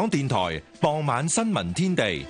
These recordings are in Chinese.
港電台傍晚新聞天地。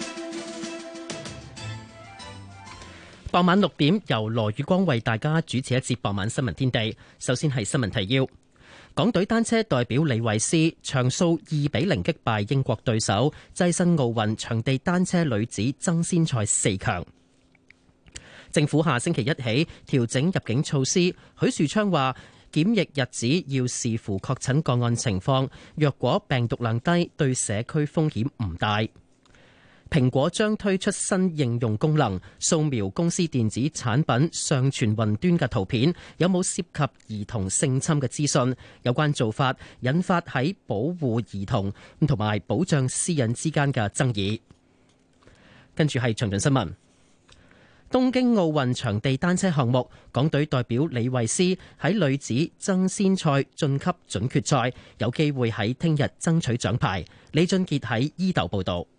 傍晚6點，由羅宇光為大家主持一節傍晚新聞天地。首先係新聞提要：港隊單車代表李慧詩場數2-0擊敗英國對手，躋身奧運場地單車女子爭先賽4強。政府下星期一起調整入境措施，許樹昌話檢疫日子要視乎確診個案情況，若果病毒量低，對社區風險唔大。蘋果將推出新應用功能，掃描公司電子產品上傳雲端嘅圖片，有冇涉及兒童性侵嘅資訊？有關做法引發喺保護兒童同埋保障私隱之間嘅爭議。跟住係詳盡新聞。東京奧運場地單車項目，港隊代表李慧詩喺女子爭先賽晉級準決賽，有機會喺聽日爭取獎牌。李俊傑喺伊豆報道。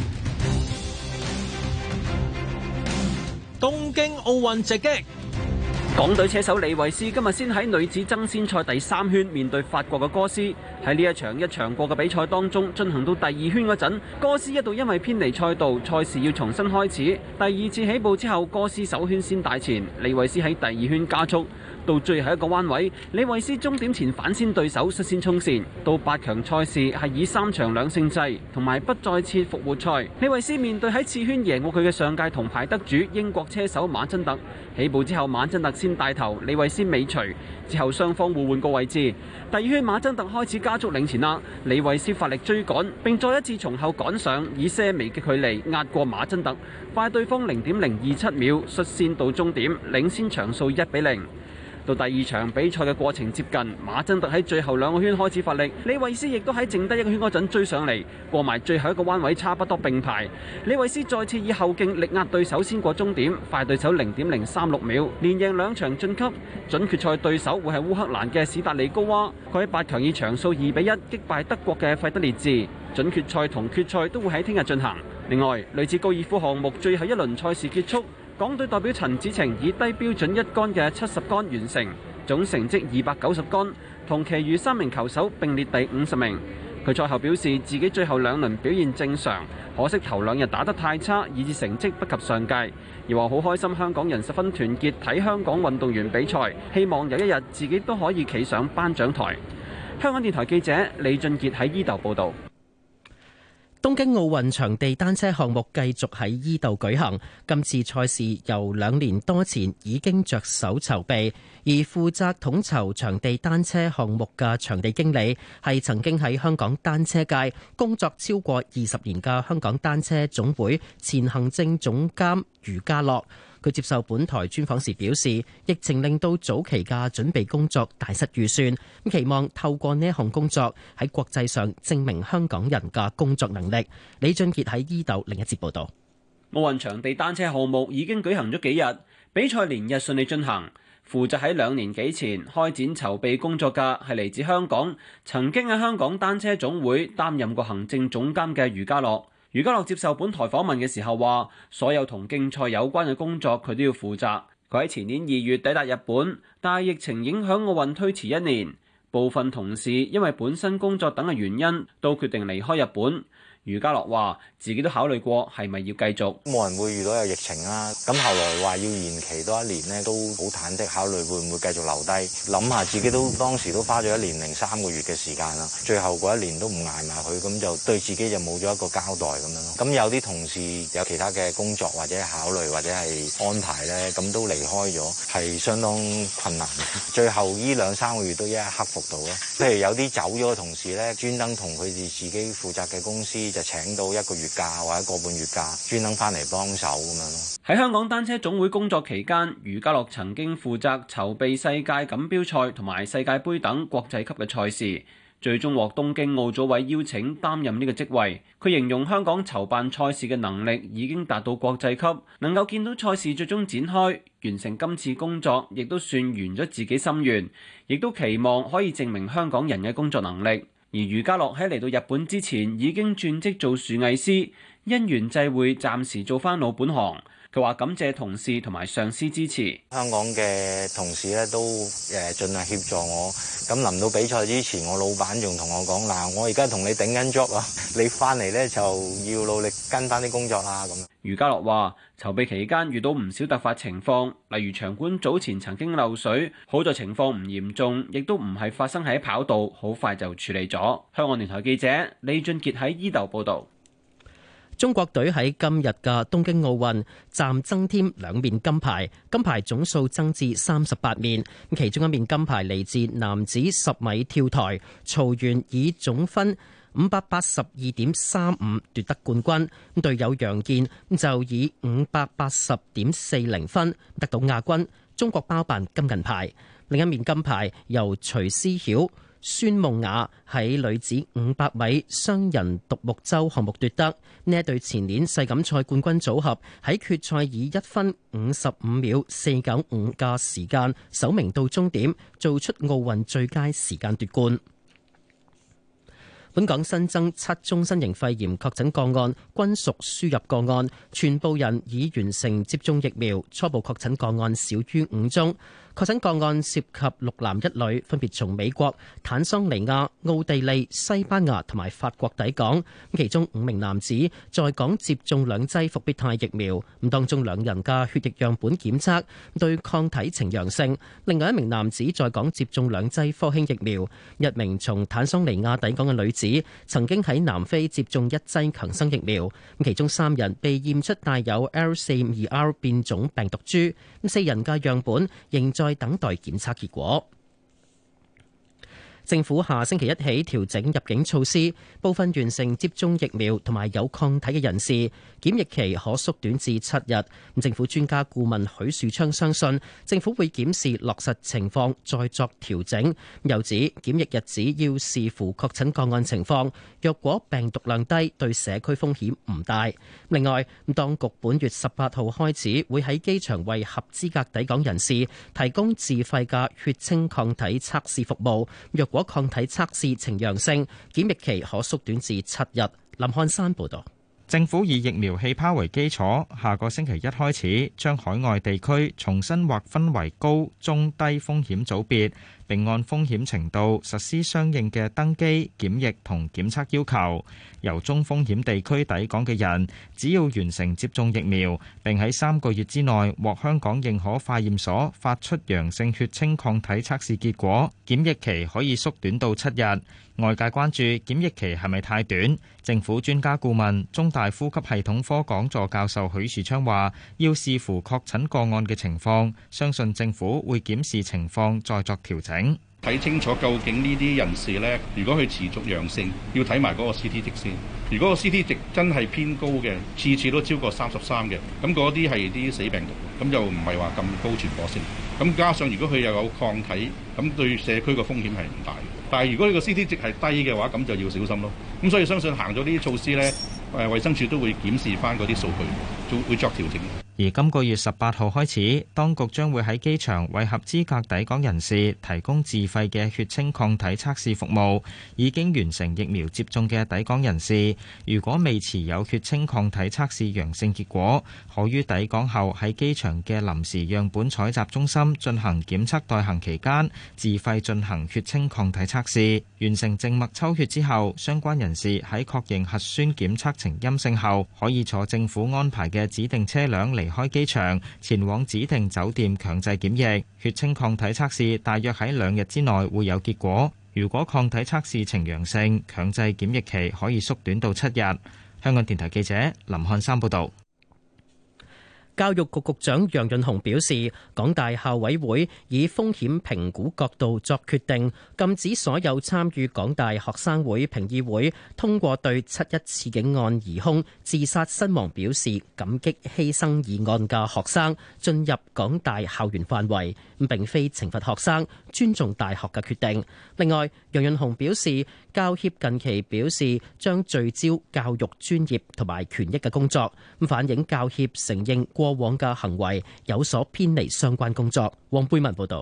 東京奧運直擊。港隊車手李慧詩今日先喺女子爭先賽第3圈面對法國嘅哥斯，喺呢一場過嘅比賽當中進行到第2圈嗰陣，哥斯一度因為偏離賽道，賽事要重新開始。第2次起步之後，哥斯首圈先帶前，李慧詩喺第2圈加速，到最後一個彎位，李慧詩終點前反先對手，率先衝線。到8強賽事係以3場2勝制同埋不再設復活賽。李慧詩面對喺次圈贏過佢嘅上屆銅牌得主英國車手馬珍特，起步之後馬珍特先帶頭，李慧詩尾隨，之後雙方互換個位置。第2圈馬珍特開始加速領前啦，李慧詩發力追趕，並再一次從後趕上，以些微嘅距離壓過馬珍特，快對方0.027秒，率先到終點，領先場數1-0。到第2場比賽嘅過程接近，馬珍特喺最後2個圈開始發力，李慧詩亦都喺剩低1個圈嗰陣追上嚟，過埋最後一個彎位差不多並排。李慧詩再次以後勁力壓對手先過終點，快對手0.036秒，連贏2場晉級。準決賽對手會係烏克蘭嘅史達利高娃，佢喺8強以場數2-1擊敗德國嘅費德列治。準決賽同決賽都會喺聽日進行。另外，女子高爾夫項目最後一輪賽事結束，港隊代表陳芷晴以低標準1桿嘅70桿完成，總成績290桿，同其餘3名球手並列第50名。佢賽後表示自己最後2輪表現正常，可惜頭2日打得太差，以致成績不及上屆。而話好開心香港人十分團結睇香港運動員比賽，希望有一日自己都可以企上頒獎台。香港電台記者李俊傑喺伊豆報導。 東京奧運場地單車項目繼續喺伊豆舉行，今次賽事由2年多前已經着手籌備，而負責統籌場地單車項目嘅場地經理係曾經喺香港單車界工作超過20年嘅香港單車總會前行政總監余家樂。佢接受本台專訪時表示，疫情令到早期嘅準備工作大失預算，期望透過呢一項工作喺國際上證明香港人嘅工作能力。李俊傑喺伊豆另一節報導。 奧運場地單車項目已經舉行咗幾日，比賽連日順利進行。負責喺2年幾前開展籌備工作嘅係嚟自香港，曾經喺香港單車總會擔任過行政總監嘅余家樂。余家樂接受本台訪問嘅時候話，所有同競賽有關嘅工作佢都要負責。佢喺前年2月抵達日本，但係疫情影響奧運推遲1年，部分同事因為本身工作等嘅原因，都決定離開日本。余家樂話自己都考慮過係咪要繼續， 冇人會遇到有疫情啦。咁後來話要延期多1年呢，都好忐忑，考慮會唔會繼續留低。諗下自己都當時都花咗1年零3個月嘅時間啦，最後嗰1年都唔捱埋佢，咁就對自己就冇咗一個交代咁樣咯。咁有啲同事有其他嘅工作或者考慮或者係安排呢，咁都離開咗，係相當困難。最後呢2-3個月都一一克服到咯。譬如有啲走咗嘅同事呢，專登同佢哋自己負責嘅公司就請到1個月假或者1個半月假，專登翻嚟幫手咁樣咯。 喺香港單車總會工作期間，余家樂曾經負責籌備世界錦標賽同埋世界盃等國際級嘅賽事，最終獲東京奧組委邀請擔任呢個職位。佢形容香港籌辦賽事嘅能力已經達到國際級，能夠見到賽事最終展開，完成今次工作，亦都算圓咗自己心願，亦都期望可以證明香港人嘅工作能力。而余家樂喺嚟到日本之前已經轉職做樹藝師，因緣際會暫時做翻老本行。 佢話感謝同事同埋上司支持。 香港嘅同事咧都盡量協助我。咁臨到比賽之前，我老闆仲同我講：嗱，我而家同你頂緊 job 啊，你翻嚟咧就要努力跟翻啲工作啦。咁余家樂話：籌備期間遇到唔少突發情況，例如場館早前曾經漏水，好在情況唔嚴重，亦都唔係發生喺跑道，好快就處理咗。香港電台記者李俊傑喺伊豆報導。 中國隊喺今日嘅東京奧運暫增添2面金牌，金牌總數增至38面。其中1面金牌嚟自男子10米跳台，曹緣以總分582.35奪得冠軍。隊友楊健就以580.40分得到亞軍。中國包辦金銀牌。另一面金牌由徐思曉、孫夢雅喺女子500米雙人獨木舟項目奪得。呢一對前年世錦賽冠軍組合喺決賽以1分55秒495嘅時間首名到終點，做出奧運最佳時間奪冠。本港新增7宗新型肺炎確診個案，均屬輸入個案，全部人已完成接種疫苗。初步確診個案少於5宗。確診個案涉及6男1女，分別從美國、坦桑尼亞、奧地利、西班牙同埋法國抵港。其中5名男子在港接種2劑復必泰疫苗，當中2人嘅血液樣本檢測對抗體呈陽性。另外1名男子在港接種2劑科興疫苗。1名從坦桑尼亞抵港嘅女子曾經喺南非接種1劑強生疫苗。其中3人被驗出帶有 L452R 變種病毒株，4人嘅樣本仍在等待檢測結果。政府下星期一起調整入境措施，部分完成接種疫苗同埋有抗體嘅人士，檢疫期可縮短至7日。政府專家顧問許樹昌相信，政府會檢視落實情況再作調整。又指檢疫日子要視乎確診個案情況，若果病毒量低，對社區風險唔大。另外，當局本月18號開始會喺機場為合資格抵港人士提供自費嘅血清抗體測試服務。若果抗體測試呈陽性，檢疫期可縮短至7日。林漢山報導。 政府以疫苗氣泡為基礎，下個星期一開始將海外地區重新劃分為高、中、低風險組別，並按風險程度實施相應嘅登機、檢疫同檢測要求。由中風險地區抵港嘅人，只要完成接種疫苗，並喺3個月之內獲香港認可化驗所發出陽性血清抗體測試結果，檢疫期可以縮短到7日。外界關注檢疫期係咪太短？政府專家顧問、中大呼吸系統科講座教授許樹昌話：要視乎確診個案嘅情況，相信政府會檢視情況再作調整。 睇清楚究竟呢啲人士呢，如果佢持續陽性，要睇埋嗰個 CT 值先。如果個 CT 值真係偏高嘅，次次都超過33嘅，咁嗰啲係啲死病毒，咁就唔係話咁高傳播性。咁加上如果佢又有抗體，咁對社區個風險係唔大。但係如果呢個 CT 值係低嘅話，咁就要小心咯。咁所以相信行咗呢啲措施呢，衛生署都會檢視翻嗰啲數據，會作調整。 而今個月18號開始，當局將會喺機場為合資格抵港人士提供自費嘅血清抗體測試服務。已經完成疫苗接種嘅抵港人士，如果未持有血清抗體測試陽性結果，可於抵港後喺機場嘅臨時樣本採集中心進行檢測待行期間，自費進行血清抗體測試。完成靜脈抽血之後，相關人士喺確認核酸檢測呈陰性後，可以坐政府安排嘅指定車輛離開機場，前往指定酒店強制檢疫。血清抗體測試大約喺2日之內會有結果。如果抗體測試呈陽性，強制檢疫期可以縮短到7日。香港電台記者林漢山報導。 教育局局長楊潤雄表示，港大校委會以風險評估角度作決定，禁止所有參與港大學生會評議會通過對7·1刺警案疑兇自殺身亡表示感激犧牲議案嘅學生進入港大校園範圍，並非懲罰學生，尊重大學嘅決定。另外，楊潤雄表示，教協近期表示將聚焦教育專業同埋權益嘅工作，反映教協承認過往嘅行為有所偏離相關工作。黃貝文報道。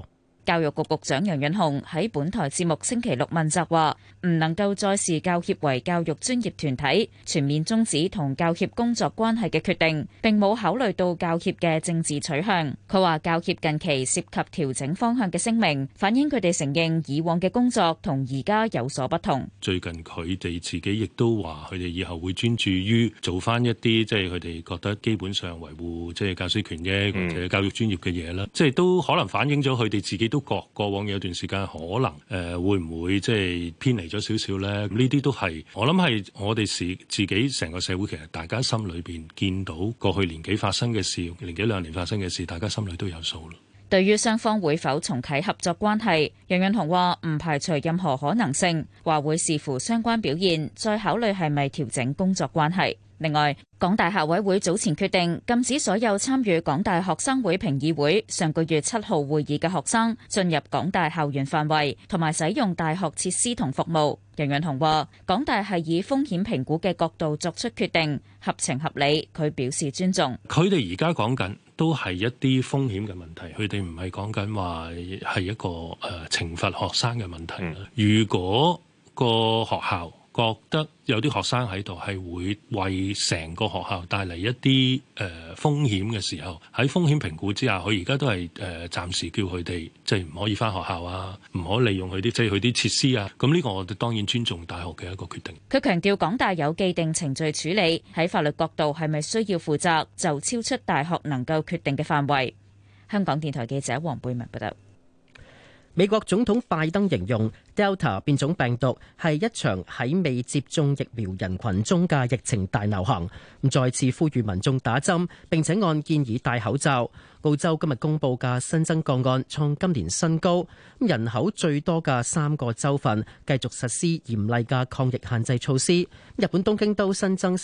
教育局局長楊潤雄喺本台節目星期六問責話，唔能夠再視教協為教育專業團體，全面終止同教協工作關係嘅決定，並冇考慮到教協嘅政治取向。佢話教協近期涉及調整方向嘅聲明，反映佢哋承認以往嘅工作同而家有所不同。 最近佢哋自己亦都話，佢哋以後會專注於做翻一啲即係佢哋覺得基本上維護即係教師權益或者教育專業嘅嘢啦。即係都可能反映咗佢哋自己都覺過往有段時間可能會唔會即係偏離咗少少咧？呢啲都係我諗係我哋自己成個社會其實大家心裏邊見到過去年幾發生嘅事，年幾兩年發生嘅事，大家心裏都有數咯。 對於雙方會否重啟合作關係，楊潤雄話唔排除任何可能性，話會視乎相關表現，再考慮係咪調整工作關係。另外，港大校委會早前決定禁止所有參與港大學生會評議會上個月7號會議嘅學生進入港大校園範圍同埋使用大學設施同服務。楊潤雄話港大係以風險評估嘅角度作出決定，合情合理，佢表示尊重。 佢哋而家講緊都係一啲風險嘅問題，佢哋唔係講緊話係一個懲罰學生嘅問題。如果個學校覺得有啲學生喺度係會為成個學校帶嚟一啲風險嘅時候，喺風險評估之下，佢而家都係暫時叫佢哋即係唔可以返學校啊，唔可以利用佢啲即係佢啲設施啊。咁呢個我哋當然尊重大學嘅一個決定。 佢強調港大有既定程序處理，喺法律角度係咪需要負責，就超出大學能夠決定嘅範圍。香港電台記者黃貝文報道。 美國總統拜登形容 Delta 變種病毒係一場喺未接種疫苗人群中嘅疫情大流行，再次呼籲民眾打針，並且按建議戴口罩。澳洲今日公布嘅新增個案創今年新高，人口最多嘅3個州份繼續實施嚴厲嘅抗疫限制措施。日本東京都新增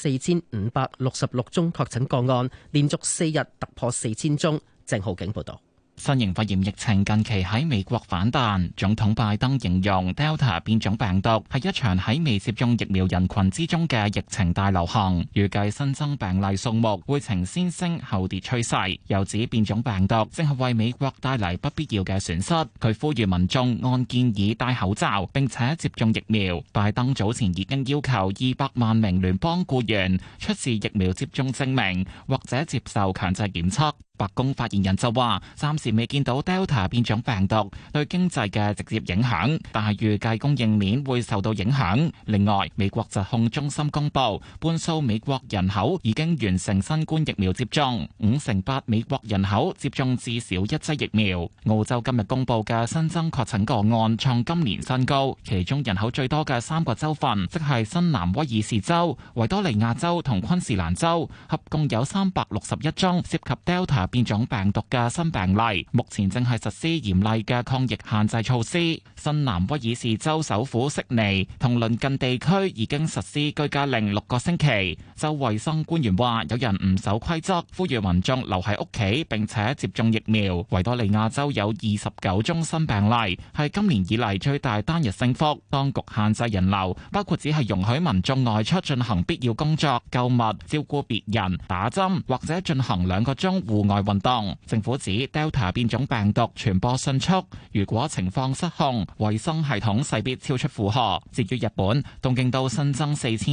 4566宗確診個案，連續4日突破4000宗。鄭浩景報道。 新型肺炎疫情近期喺美國反彈，總統拜登形容 Delta 變種病毒係一場喺未接種疫苗人群之中嘅疫情大流行，預計新增病例數目會呈先升後跌趨勢。又指變種病毒正係為美國帶嚟不必要嘅損失。佢呼籲民眾按建議戴口罩並且接種疫苗。拜登早前已經要求200萬名聯邦僱員出示疫苗接種證明或者接受強制檢測。白宮發言人就話，暫時未見到 Delta 變種病毒對經濟嘅直接影響，但係預計供應鏈會受到影響。另外，美國疾控中心公布，半數美國人口已經完成新冠疫苗接種，58%美國人口接種至少1劑疫苗。澳洲今日公布嘅新增確診個案創今年新高，其中人口最多嘅3個州份，即係新南威爾士州、維多利亞州同昆士蘭州，合共有361宗涉及 Delta變種病毒嘅新病例，目前正係實施嚴厲嘅抗疫限制措施。新南威爾士州首府悉尼同鄰近地區已經實施居家令6個星期。州衛生官員話，有人唔守規則，呼籲民眾留喺屋企並且接種疫苗。維多利亞州有29宗新病例，係今年以嚟最大單日升幅。當局限制人流，包括只係容許民眾外出進行必要工作、購物、照顧別人、打針或者進行2個鐘戶外運動。政府指 Delta 變種病毒傳播迅速，如果情況失控，衛生系統勢必超出負荷。至於日本，東京都新增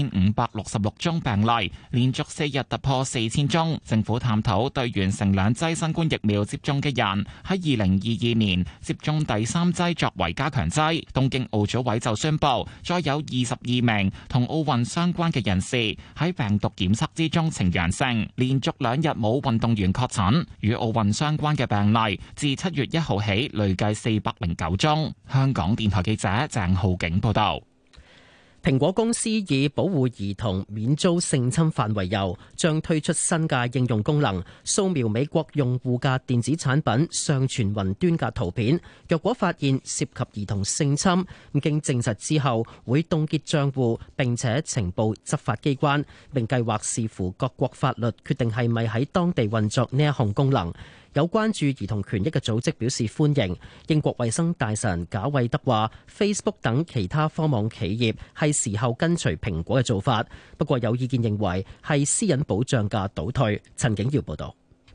4566宗病例，連續4日突破4000宗。政府探討對完成2劑新冠疫苗接種嘅人，喺2022年接種第3劑作為加強劑。東京奧組委就宣布，再有22名同奧運相關嘅人士喺病毒檢測之中呈陽性，連續2日冇運動員確診。與奧運相關嘅病例，自7月1號起累計409宗。香港電台記者鄭浩景報道。 蘋果公司以保護兒童免遭性侵犯為由，將推出新嘅應用功能，掃描美國用戶嘅電子產品上傳雲端嘅圖片。若果發現涉及兒童性侵，經證實之後會凍結賬戶，並且呈報執法機關，並計劃視乎各國法律決定係咪喺當地運作呢一項功能。有關注兒童權益嘅組織表示歡迎。英國衛生大臣賈偉德話 Facebook 等其他科網企業係時候跟隨蘋果嘅做法，不過有意見認為係私隱保障嘅倒退。陳景耀報導。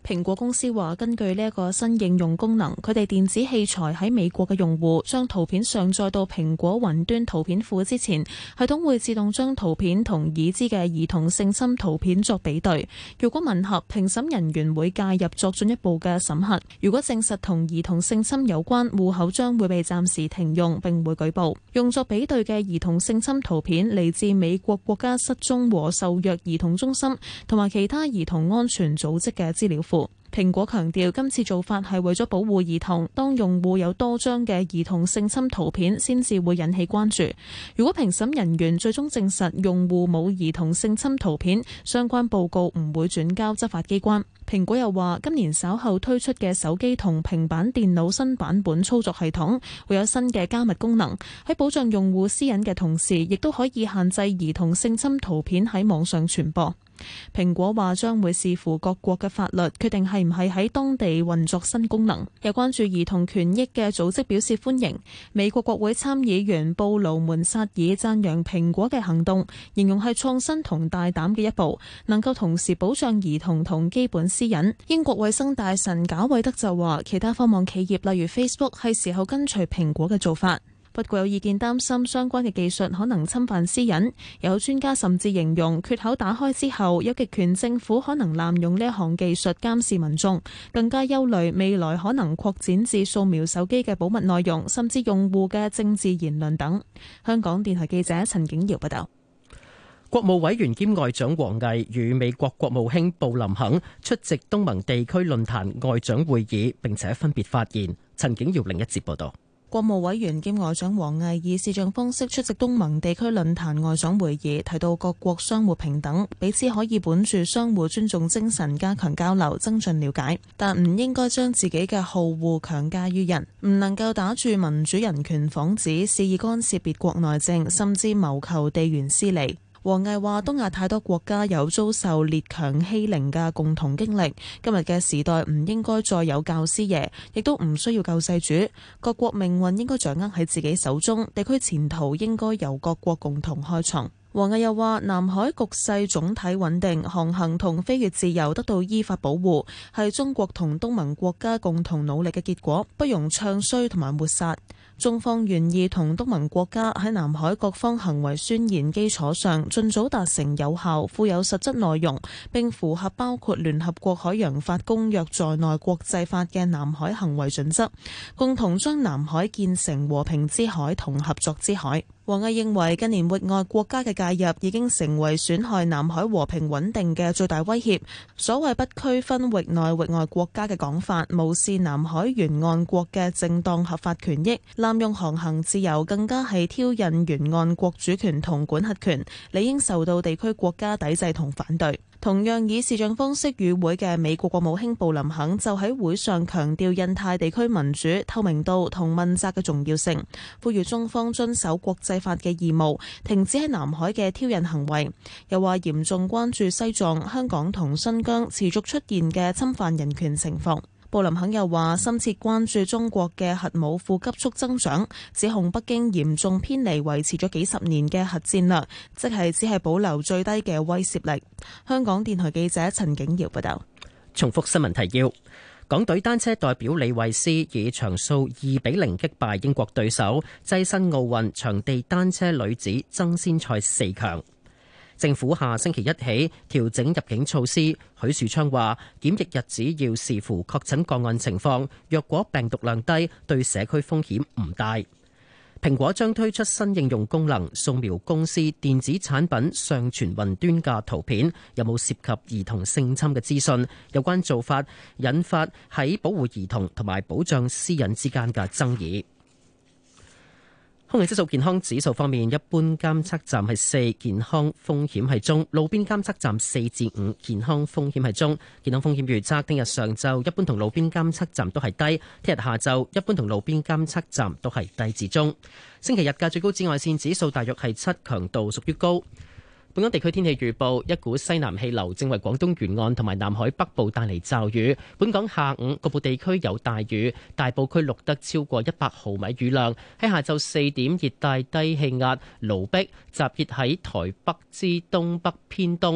蘋果公司話，根據呢一個新應用功能，佢哋電子器材喺美國嘅用戶將圖片上載到蘋果雲端圖片庫之前，系統會自動將圖片同已知嘅兒童性侵圖片作比對。如果吻合，評審人員會介入作進一步嘅審核。如果證實同兒童性侵有關，戶口將會被暫時停用並會舉報。用作比對嘅兒童性侵圖片嚟自美國國家失蹤和受虐兒童中心同埋其他兒童安全組織嘅資料庫。蘋果強調今次做法係為咗保護兒童，當用戶有多張嘅兒童性侵圖片先至會引起關注。如果評審人員最終證實用戶冇兒童性侵圖片，相關報告唔會轉交執法機關。蘋果又話，今年稍後推出嘅手機同平板電腦新版本操作系統會有新嘅加密功能，喺保障用戶私隱嘅同時，亦都可以限制兒童性侵圖片喺網上傳播。蘋果話將會視乎各國嘅法律，決定係唔係喺當地運作新功能。有關注兒童權益嘅組織表示歡迎。美國國會參議員布魯門薩爾讚揚蘋果嘅行動，形容係創新同大膽嘅一步，能夠同時保障兒童同基本私隱。英國衛生大臣賈偉德就話，其他科網企業例如 Facebook 係時候跟隨蘋果嘅做法。不過有意見擔心相關嘅技術可能侵犯私隱，有專家甚至形容缺口打開之後，有極權政府可能濫用呢一項技術監視民眾，更加憂慮未來可能擴展至掃描手機嘅保密內容，甚至用戶嘅政治言論等。香港電台記者陳景瑤報道。 國務委員兼外長王毅與美國國務卿布林肯出席東盟地區論壇外長會議，並且分別發言。陳景瑤另一節報道。 國務委員兼外長王毅以視像方式出席東盟地區論壇外長會議，提到各國相互平等，彼此可以本住相互尊重精神加強交流，增進了解，但唔應該將自己嘅好惡強加於人，唔能夠打住民主人權幌子，肆意干涉別國內政，甚至謀求地緣私利。王毅話：東亞太多國家有遭受列強欺凌嘅共同經歷，今日嘅時代唔應該再有教師爺，亦都唔需要救世主。各國命運應該掌握喺自己手中，地區前途應該由各國共同開創。王毅又話：南海局勢總體穩定，航行同飛越自由得到依法保護，係中國同東盟國家共同努力嘅結果，不容唱衰同埋抹殺。中方願意同東盟國家喺南海各方行為宣言基礎上，盡早達成有效、富有實質內容，並符合包括聯合國海洋法公約在內國際法嘅南海行為準則，共同將南海建成和平之海同合作之海。王毅認為近年域外國家嘅介入已經成為損害南海和平穩定嘅最大威脅。所謂不區分域內域外國家嘅講法，無視南海沿岸國嘅正當合法權益，濫用航行自由，更加係挑釁沿岸國主權同管轄權，理應受到地區國家抵制同反對。同樣以視像方式與會嘅美國國務卿布林肯就喺會上強調印太地區民主、透明度同問責嘅重要性，呼籲中方遵守國際法嘅義務，停止喺南海嘅挑釁行為。又話嚴重關注西藏、香港同新疆持續出現嘅侵犯人權情況。布林肯又話深切關注中國嘅核武庫急速增長，指控北京嚴重偏離維持咗幾十年嘅核戰略，即係只係保留最低嘅威懾力。香港電台記者陳景瑤報道。 重複新聞提要：港隊單車代表李慧詩以場數2-0擊敗英國對手，躋身奧運場地單車女子爭先賽4強。政府下星期一起調整入境措施，許樹昌話檢疫日子要視乎確診個案情況，若果病毒量低，對社區風險唔大。蘋果將推出新應用功能，掃描公司電子產品上傳雲端嘅圖片有冇涉及兒童性侵嘅資訊，有關做法引發喺保護兒童同埋保障私隱之間嘅爭議。空氣質素健康指數方面，一般監測站係4，健康風險係中；路邊監測站4至5，健康風險係中。健康風險預測：聽日上晝一般同路邊監測站都係低；聽日下晝一般同路邊監測站都係低至中。星期日嘅最高紫外線指數大約係7，強度屬於高。本港地區天氣預報：一股西南氣流正為廣東沿岸同埋南海北部帶嚟驟雨。本港下午局部地區有大雨，大埔區錄得超過100毫米雨量。喺下晝4點，熱帶低氣壓盧碧集結喺台北之東北偏東，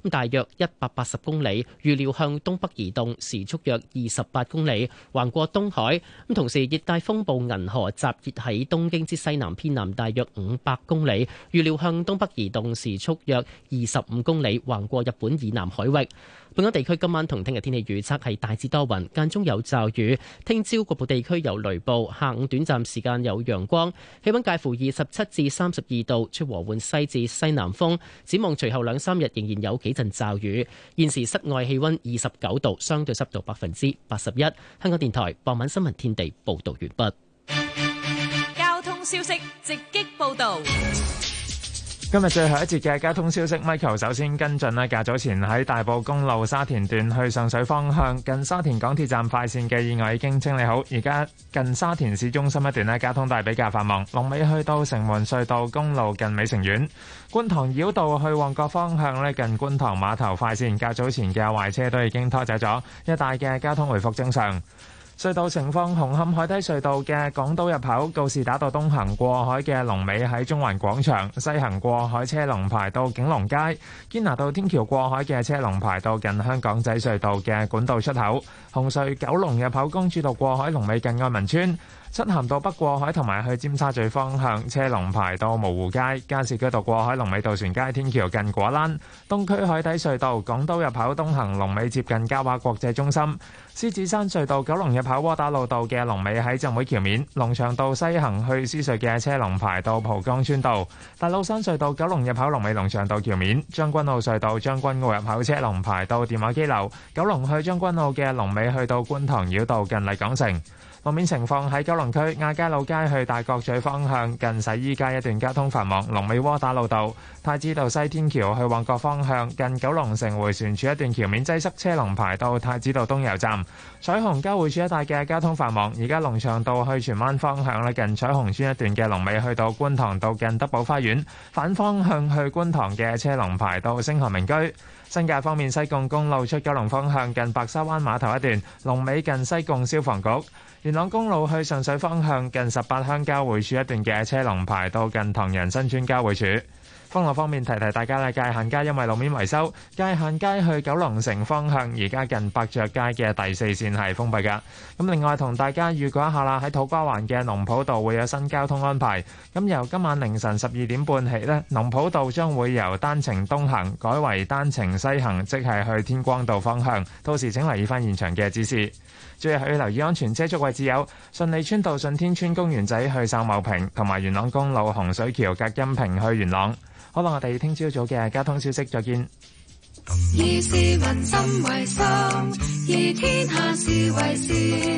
大約180公里，預料向東北移動，時速約28公里，橫過東海。同時，熱帶風暴銀河集結喺東京之西南偏南大約500公里，預料向東北移動，時速約25公里，橫過日本以南海域。本港地區今晚同聽日天氣預測係大致多雲，間中有驟雨。聽朝局部地區有雷暴，下午短暫時間有陽光，氣溫介乎27至32度，吹和緩西至西南風。展望隨後2-3日仍然有幾陣驟雨。現時室外氣溫29度，相對濕度81%。香港電台傍晚新聞天地報道完畢。 交通消息直擊報道。 今日最後一節嘅交通消息 ，Michael 首先跟進啦。較早前喺大埔公路沙田段去上水方向，近沙田港鐵站快線嘅意外已經清理好，而家近沙田市中心一段交通都係比較繁忙。龍尾去到城門隧道公路近美城苑，觀塘繞道去旺角方向近觀塘碼頭快線，較早前嘅壞車都已經拖走咗，一帶嘅交通回復正常。隧道情況：紅磡海底隧道嘅港島入口告士打道東行過海嘅龍尾喺中環廣場，西行過海車龍排到景隆街；堅拿道天橋過海嘅車龍排到近香港仔隧道嘅管道出口。紅隧九龍入口公主道過海龍尾近愛民村。漆咸道北過海同埋去尖沙咀方向車龍排到蕪湖街，加士居道過海龍尾渡船街天橋近果欄。東區海底隧道港島入口東行龍尾接近嘉華國際中心。獅子山隧道九龍入口窩打老道嘅龍尾喺浸會橋面。龍翔道西行去獅隧嘅車龍排到蒲崗村道。大老山隧道九龍入口龍尾龍翔道橋面。將軍澳隧道將軍澳入口車龍排到電話機樓。九龍去將軍澳嘅龍尾去到觀塘繞道近麗港城。路面情況喺九龍區亞皆老街去大角咀方向近洗衣街一段交通繁忙，龍尾窩打老道。太子道西天橋去旺角方向近九龍城迴旋處一段橋面擠塞，車龍排到太子道東油站。彩虹交匯處一帶嘅交通繁忙，而家龍翔道去荃灣方向近彩虹村一段嘅龍尾去到觀塘道近德寶花園，反方向去觀塘嘅車龍排到星河名居。新界方面，西貢公路出九龍方向近白沙灣碼頭一段，龍尾近西貢消防局。元朗公路去上水方向近18鄉交匯處一段嘅車龍排到近唐人新村交匯處。封路方面，提提大家界限街因為路面維修，界限街去九龍城方向而家近伯爵街嘅第4線係封閉㗎。咁另外同大家預告一下啦，喺土瓜灣嘅農圃道會有新交通安排。咁由今晚凌晨12點半起呢，農圃道將會由單程東行改為單程西行，即係去天光道方向。到時請留意返現場嘅指示。最後要留意安全車速位置有順利村道順天村公園仔去秀茂坪，同埋元朗公路洪水橋隔音屏去元朗。好啦，我哋聽朝早嘅交通消息再見。 以市民心為心，以天下事為事。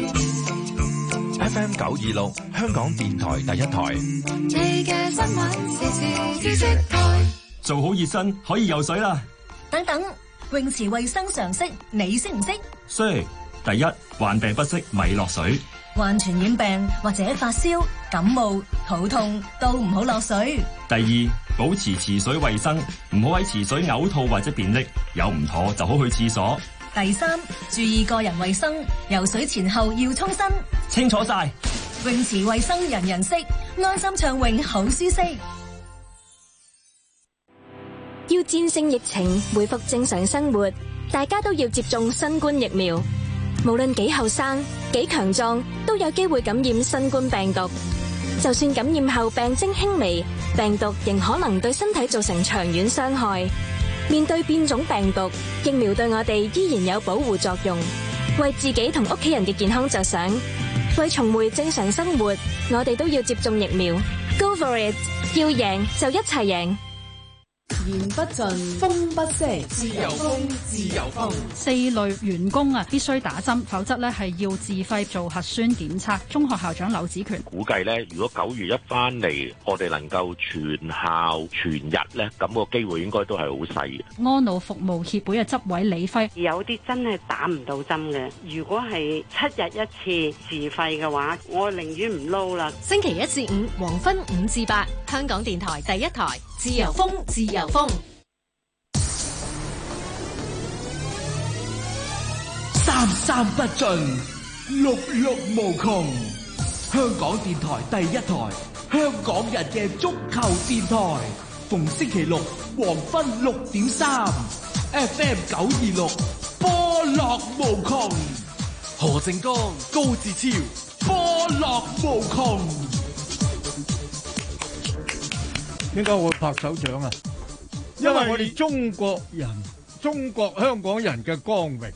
FM 926香港電台第一台。 你嘅新聞時事知識台。 做好熱身可以游水啦。 等等，泳池衛生常識你識唔識？ 識。第一，患病不適咪落水。 患傳染病或者發燒、感冒、肚痛都唔好落水。 第二，保持池水衛生，唔好喺池水嘔吐或者便溺，有唔妥就好去廁所。 第三，注意個人衛生，游水前後要沖身。 清楚晒， 泳池衛生人人識，安心暢泳好舒適。 要戰勝疫情，恢復正常生活，大家都要接種新冠疫苗。無論幾後生、幾強壯，都有機會感染新冠病毒。就算感染後病徵輕微，病毒仍可能對身體造成長遠傷害。面對變種病毒，疫苗對我哋依然有保護作用。為自己同屋企人嘅健康着想，為重回正常生活，我哋都要接種疫苗。Go for it！ 要贏就一齊贏。 言不盡，風不息，自由風，自由風。4類員工必須打針，否則係要自費做核酸檢測。中學校長劉子權估計如果9月一翻嚟，我哋能夠全校全日咁個機會應該都係好細嘅。 安老服務協會嘅執委李輝， 有啲真係打唔到針嘅。如果係7日一次自費嘅話，我寧願唔撈啦。 星期1至5黃昏5至8，香港電台第一台，自由風，自由風。 三三不盡，六六無窮。香港電台第一台，香港人嘅足球電台。逢星期六黃昏6點3 FM 926，波樂無窮。何正剛、高志超，波樂無窮。 點解我會拍手掌啊？因為我哋中國人、中國香港人嘅光榮。